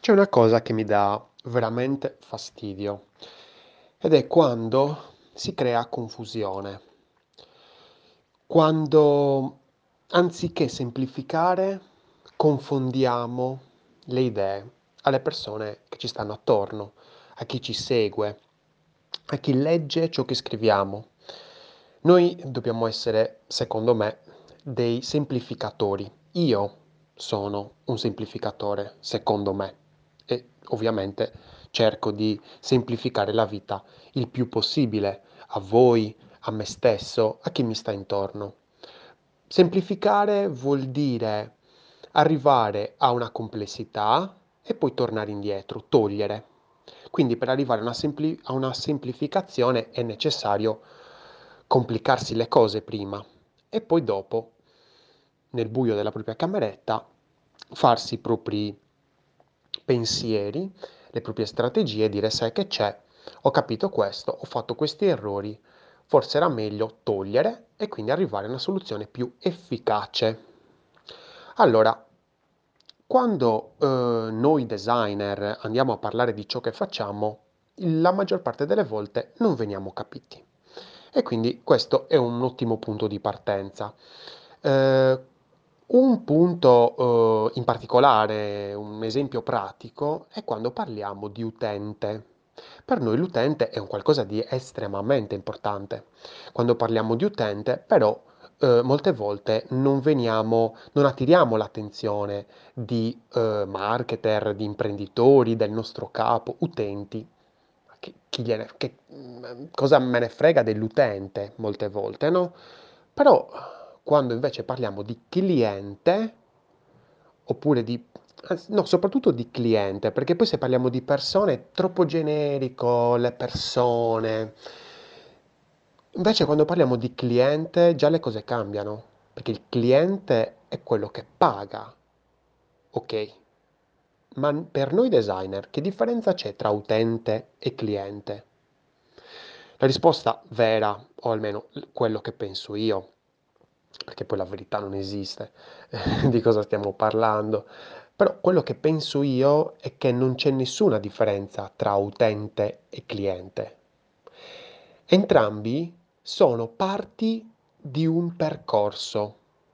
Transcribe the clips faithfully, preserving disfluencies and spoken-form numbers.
C'è una cosa che mi dà veramente fastidio ed è quando si crea confusione, quando anziché semplificare confondiamo le idee alle persone che ci stanno attorno, a chi ci segue, a chi legge ciò che scriviamo. Noi dobbiamo essere, secondo me, dei semplificatori. Io sono un semplificatore, secondo me, e ovviamente cerco di semplificare la vita il più possibile a voi, a me stesso, a chi mi sta intorno. Semplificare vuol dire arrivare a una complessità e poi tornare indietro, togliere. Quindi per arrivare a una, sempli- a una semplificazione è necessario complicarsi le cose prima e poi dopo, nel buio della propria cameretta, farsi i propri pensieri, le proprie strategie e dire sai che c'è, ho capito questo, ho fatto questi errori, forse era meglio togliere e quindi arrivare a una soluzione più efficace. Allora, quando eh, noi designer andiamo a parlare di ciò che facciamo, la maggior parte delle volte non veniamo capiti. E quindi questo è un ottimo punto di partenza. Eh, un punto eh, in particolare, un esempio pratico, è quando parliamo di utente. Per noi l'utente è un qualcosa di estremamente importante. Quando parliamo di utente, però, eh, molte volte non veniamo, non attiriamo l'attenzione di eh, marketer, di imprenditori, del nostro capo, utenti. Che, chi gliene- che- mm, cosa me ne frega dell'utente molte volte, no? Però quando invece parliamo di cliente, oppure di... anzi, no, soprattutto di cliente, perché poi se parliamo di persone è troppo generico, le persone. Invece quando parliamo di cliente già le cose cambiano, perché il cliente è quello che paga, ok? Ma per noi designer, che differenza c'è tra utente e cliente? La risposta vera, o almeno quello che penso io, perché poi la verità non esiste, di cosa stiamo parlando, però quello che penso io è che non c'è nessuna differenza tra utente e cliente. Entrambi sono parti di un percorso.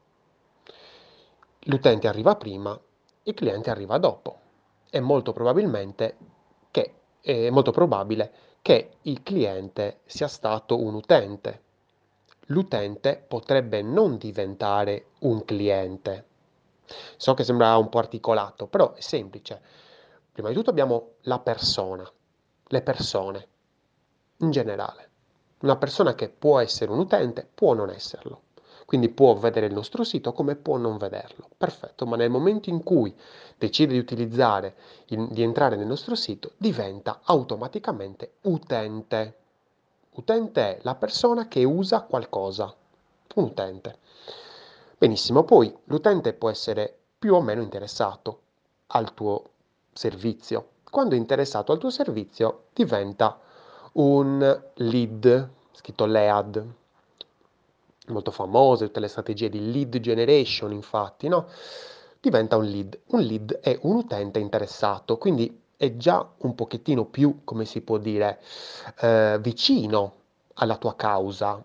L'utente arriva prima, il cliente arriva dopo. È molto probabilmente che, è molto probabile che il cliente sia stato un utente. L'utente potrebbe non diventare un cliente. So che sembra un po' articolato, però è semplice. Prima di tutto abbiamo la persona, le persone in generale. Una persona che può essere un utente, può non esserlo. Quindi può vedere il nostro sito come può non vederlo. Perfetto, ma nel momento in cui decide di utilizzare, in- di entrare nel nostro sito, diventa automaticamente utente. Utente è la persona che usa qualcosa. Un utente. Benissimo, poi l'utente può essere più o meno interessato al tuo servizio. Quando è interessato al tuo servizio diventa un lead, scritto lead, molto famose, tutte le strategie di lead generation, infatti, no? Diventa un lead. Un lead è un utente interessato, quindi è già un pochettino più, come si può dire, eh, vicino alla tua causa.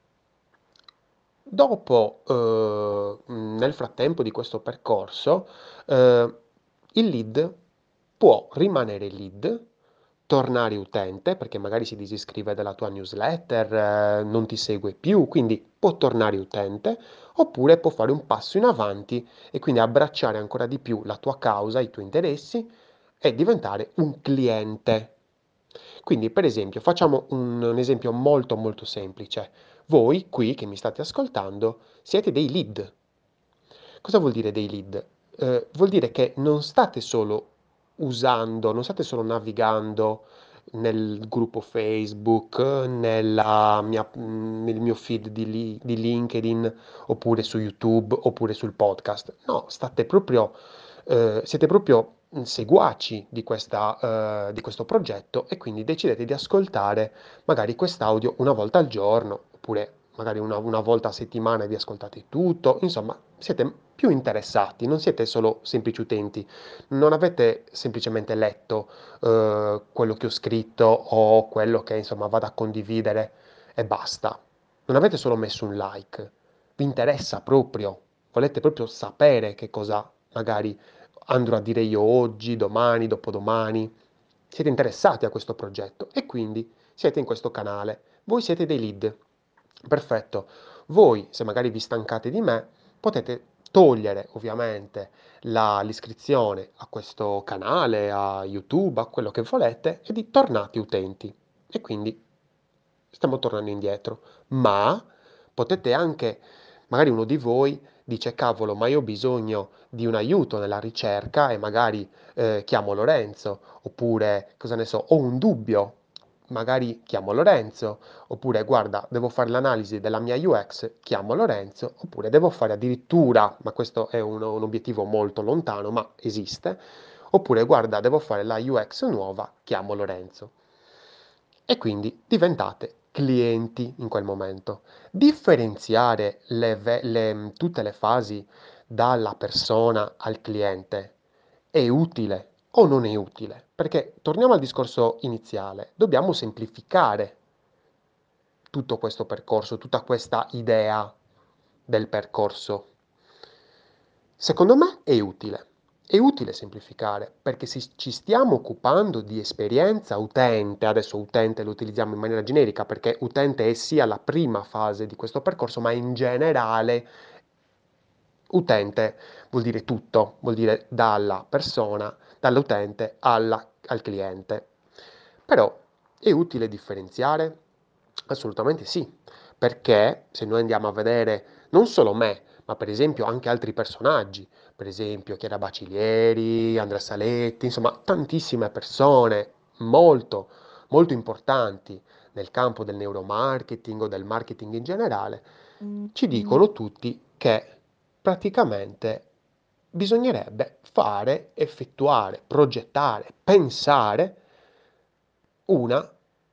Dopo, eh, nel frattempo di questo percorso, eh, il lead può rimanere lead, tornare utente, perché magari si disiscrive dalla tua newsletter, eh, non ti segue più, quindi può tornare utente, oppure può fare un passo in avanti e quindi abbracciare ancora di più la tua causa, i tuoi interessi e diventare un cliente. Quindi, per esempio, facciamo un, un esempio molto molto semplice. Voi qui che mi state ascoltando siete dei lead. Cosa vuol dire dei lead? Eh, vuol dire che non state solo usando, non state solo navigando nel gruppo Facebook, nella mia- nel mio feed di, li- di LinkedIn, oppure su YouTube, oppure sul podcast. No, state proprio, eh, siete proprio seguaci di questa, eh, di questo progetto e quindi decidete di ascoltare magari quest'audio una volta al giorno, oppure magari una, una volta a settimana vi ascoltate tutto, insomma, siete più interessati, non siete solo semplici utenti, non avete semplicemente letto eh, quello che ho scritto o quello che insomma vado a condividere e basta. Non avete solo messo un like, vi interessa proprio, volete proprio sapere che cosa magari andrò a dire io oggi, domani, dopodomani. Siete interessati a questo progetto e quindi siete in questo canale. Voi siete dei lead. Perfetto. Voi, se magari vi stancate di me, potete togliere ovviamente la- l'iscrizione a questo canale, a YouTube, a quello che volete, e di tornate utenti. E quindi stiamo tornando indietro. Ma potete anche, magari uno di voi dice, cavolo, ma io ho bisogno di un aiuto nella ricerca e magari eh, chiamo Lorenzo, oppure, cosa ne so, ho un dubbio, magari chiamo Lorenzo, oppure guarda, devo fare l'analisi della mia U X, chiamo Lorenzo, oppure devo fare addirittura, ma questo è un, un obiettivo molto lontano, ma esiste, oppure guarda, devo fare la U X nuova, chiamo Lorenzo. E quindi diventate clienti in quel momento. Differenziare le ve- le- tutte le fasi dalla persona al cliente è utile o non è utile? Perché torniamo al discorso iniziale, dobbiamo semplificare tutto questo percorso, tutta questa idea del percorso. Secondo me è utile. È utile semplificare perché se ci stiamo occupando di esperienza utente, adesso utente lo utilizziamo in maniera generica perché utente è sia la prima fase di questo percorso, ma in generale utente vuol dire tutto, vuol dire dalla persona, dall'utente alla- al cliente. Però è utile differenziare? Assolutamente sì, perché se noi andiamo a vedere non solo me, ma per esempio anche altri personaggi, per esempio Chiara Bacilieri, Andrea Saletti, insomma tantissime persone molto, molto importanti nel campo del neuromarketing o del marketing in generale, ci dicono tutti che praticamente bisognerebbe fare, effettuare, progettare, pensare una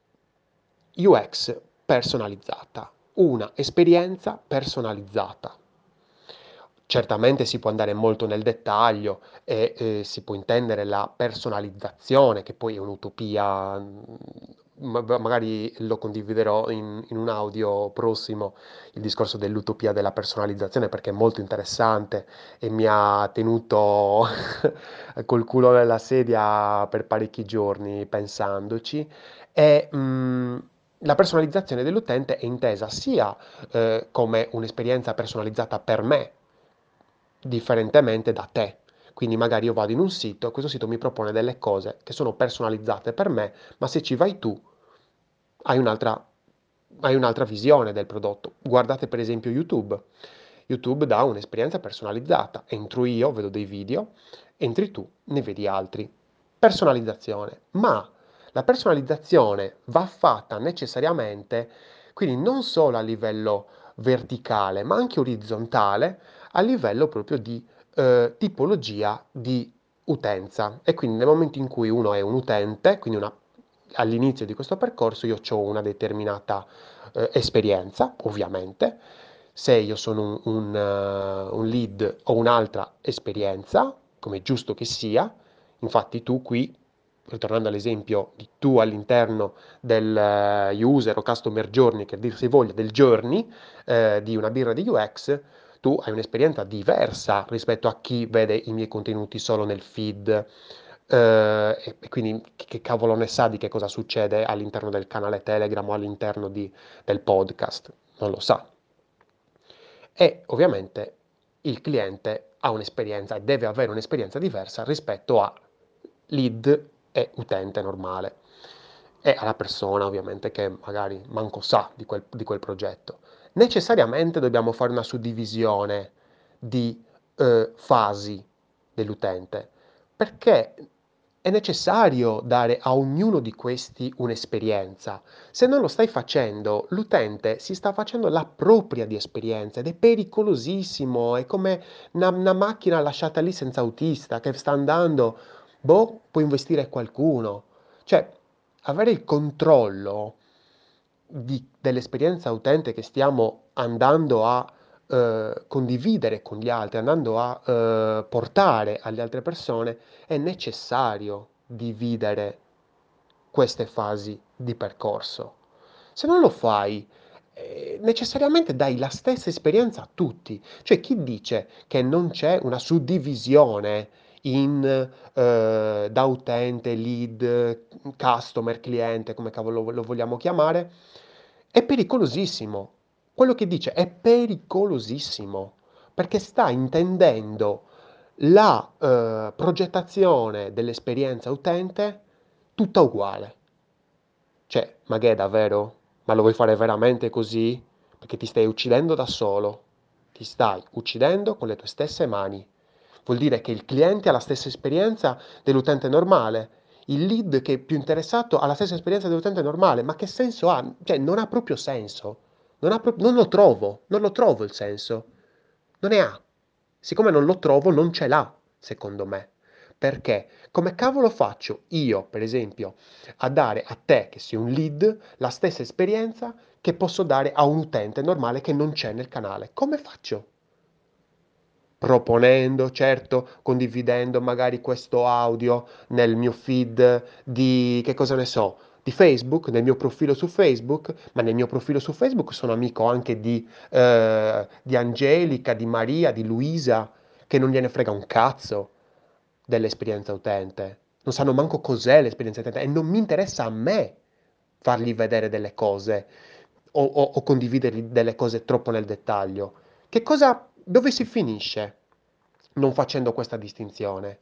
U X personalizzata, una esperienza personalizzata. Certamente si può andare molto nel dettaglio e eh, si può intendere la personalizzazione, che poi è un'utopia, mm, ma- magari lo condividerò in, in un audio prossimo, il discorso dell'utopia della personalizzazione, perché è molto interessante e mi ha tenuto col culo nella sedia per parecchi giorni pensandoci. E, mm, la personalizzazione dell'utente è intesa sia eh, come un'esperienza personalizzata per me, differentemente da te. Quindi magari io vado in un sito e questo sito mi propone delle cose che sono personalizzate per me, ma se ci vai tu hai un'altra, hai un'altra visione del prodotto. Guardate per esempio YouTube. YouTube dà un'esperienza personalizzata. Entro io, vedo dei video, entri tu, ne vedi altri. Personalizzazione. Ma la personalizzazione va fatta necessariamente, quindi non solo a livello verticale, ma anche orizzontale, a livello proprio di eh, tipologia di utenza. E quindi nel momento in cui uno è un utente, quindi una- all'inizio di questo percorso io ho una determinata eh, esperienza, ovviamente. Se io sono un, un, eh, un lead ho un'altra esperienza, come è giusto che sia. Infatti tu qui, ritornando all'esempio di tu all'interno del eh, user o customer journey, che dir si voglia, del journey eh, di una birra di U X, tu hai un'esperienza diversa rispetto a chi vede i miei contenuti solo nel feed. eh, e, e quindi che, che cavolo ne sa di che cosa succede all'interno del canale Telegram o all'interno di- del podcast? Non lo sa. E ovviamente il cliente ha un'esperienza e deve avere un'esperienza diversa rispetto a lead e utente normale e alla persona ovviamente che magari manco sa di quel, di quel progetto. Necessariamente dobbiamo fare una suddivisione di eh, fasi dell'utente, perché è necessario dare a ognuno di questi un'esperienza. Se non lo stai facendo, l'utente si sta facendo la propria di esperienza ed è pericolosissimo, è come una, una macchina lasciata lì senza autista che sta andando, boh, può investire qualcuno. Cioè, avere il controllo di- dell'esperienza utente che stiamo andando a eh, condividere con gli altri, andando a eh, portare alle altre persone, è necessario dividere queste fasi di percorso. Se non lo fai, eh, necessariamente dai la stessa esperienza a tutti. Cioè, chi dice che non c'è una suddivisione in eh, da utente, lead, customer, cliente, come cavolo lo vogliamo chiamare, è pericolosissimo. Quello che dice è pericolosissimo perché sta intendendo la eh, progettazione dell'esperienza utente tutta uguale. Cioè, ma che è davvero? Ma lo vuoi fare veramente così? Perché ti stai uccidendo da solo. Ti stai uccidendo con le tue stesse mani. Vuol dire che il cliente ha la stessa esperienza dell'utente normale. Il lead che è più interessato ha la stessa esperienza dell'utente normale. Ma che senso ha? Cioè, non ha proprio senso. Non ha pro- non lo trovo. Non lo trovo il senso. Non ne ha. Siccome non lo trovo, non ce l'ha, secondo me. Perché? Come cavolo faccio io, per esempio, a dare a te, che sei un lead, la stessa esperienza che posso dare a un utente normale che non c'è nel canale? Come faccio? Proponendo, certo, condividendo magari questo audio nel mio feed di, che cosa ne so, di Facebook, nel mio profilo su Facebook, ma nel mio profilo su Facebook sono amico anche di, eh, di Angelica, di Maria, di Luisa, che non gliene frega un cazzo dell'esperienza utente. Non sanno manco cos'è l'esperienza utente e non mi interessa a me fargli vedere delle cose o, o, o condividergli delle cose troppo nel dettaglio. Che cosa, dove si finisce non facendo questa distinzione?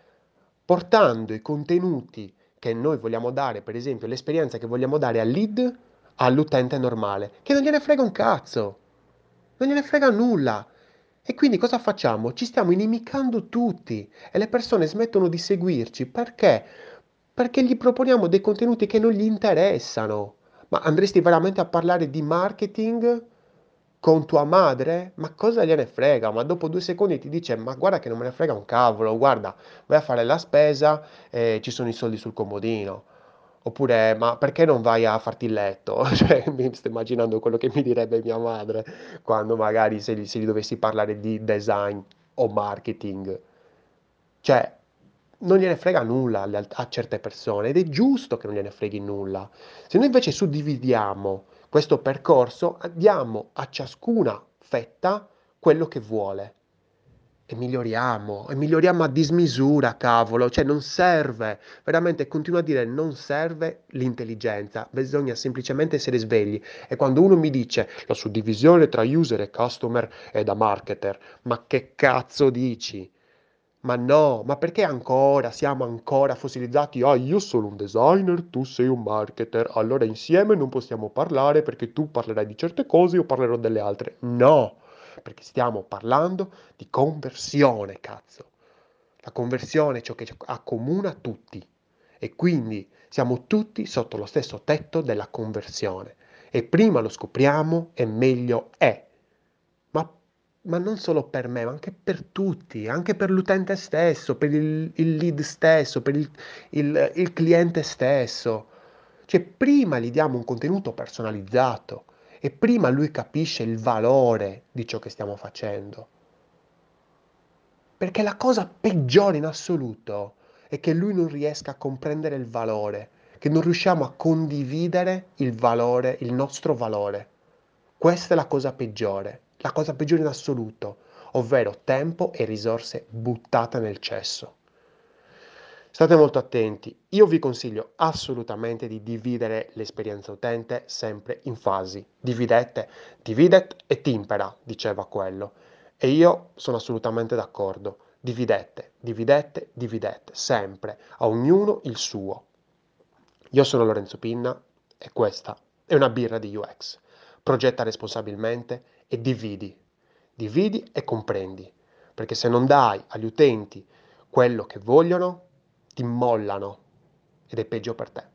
Portando i contenuti che noi vogliamo dare, per esempio l'esperienza che vogliamo dare al lead, all'utente normale, che non gliene frega un cazzo, non gliene frega nulla. E quindi cosa facciamo? Ci stiamo inimicando tutti e le persone smettono di seguirci perché? Perché gli proponiamo dei contenuti che non gli interessano. Ma andresti veramente a parlare di marketing con tua madre? Ma cosa gliene frega? Ma dopo due secondi ti dice: Ma guarda che non me ne frega un cavolo, guarda, vai a fare la spesa e ci sono i soldi sul comodino. Oppure, ma perché non vai a farti il letto? Cioè, mi sto immaginando quello che mi direbbe mia madre quando magari se gli, se gli dovessi parlare di design o marketing. Cioè, non gliene frega nulla alle alt- a certe persone ed è giusto che non gliene freghi nulla. Se noi invece suddividiamo questo percorso, diamo a ciascuna fetta quello che vuole e miglioriamo, e miglioriamo a dismisura, cavolo, cioè non serve, veramente continuo a dire non serve l'intelligenza, bisogna semplicemente essere svegli. E quando uno mi dice la suddivisione tra user e customer è da marketer, ma che cazzo dici? Ma no, ma perché ancora siamo ancora fossilizzati? Ah, io sono un designer, tu sei un marketer, allora insieme non possiamo parlare perché tu parlerai di certe cose, io parlerò delle altre. No, perché stiamo parlando di conversione, cazzo. La conversione è ciò che accomuna tutti e quindi siamo tutti sotto lo stesso tetto della conversione e prima lo scopriamo e meglio è. Ma, ma non solo per me, ma anche per tutti, anche per l'utente stesso, per il, il lead stesso, per il, il- il cliente stesso. Cioè, prima gli diamo un contenuto personalizzato e prima lui capisce il valore di ciò che stiamo facendo. Perché la cosa peggiore in assoluto è che lui non riesca a comprendere il valore, che non riusciamo a condividere il valore, il nostro valore. Questa è la cosa peggiore, la cosa peggiore in assoluto, ovvero tempo e risorse buttate nel cesso. State molto attenti, io vi consiglio assolutamente di dividere l'esperienza utente sempre in fasi. Dividete, dividet et impera, diceva quello. E io sono assolutamente d'accordo. Dividete, dividete, dividete, sempre, a ognuno il suo. Io sono Lorenzo Pinna e questa è una birra di U X. Progetta responsabilmente e dividi. Dividi e comprendi. Perché se non dai agli utenti quello che vogliono, ti mollano ed è peggio per te.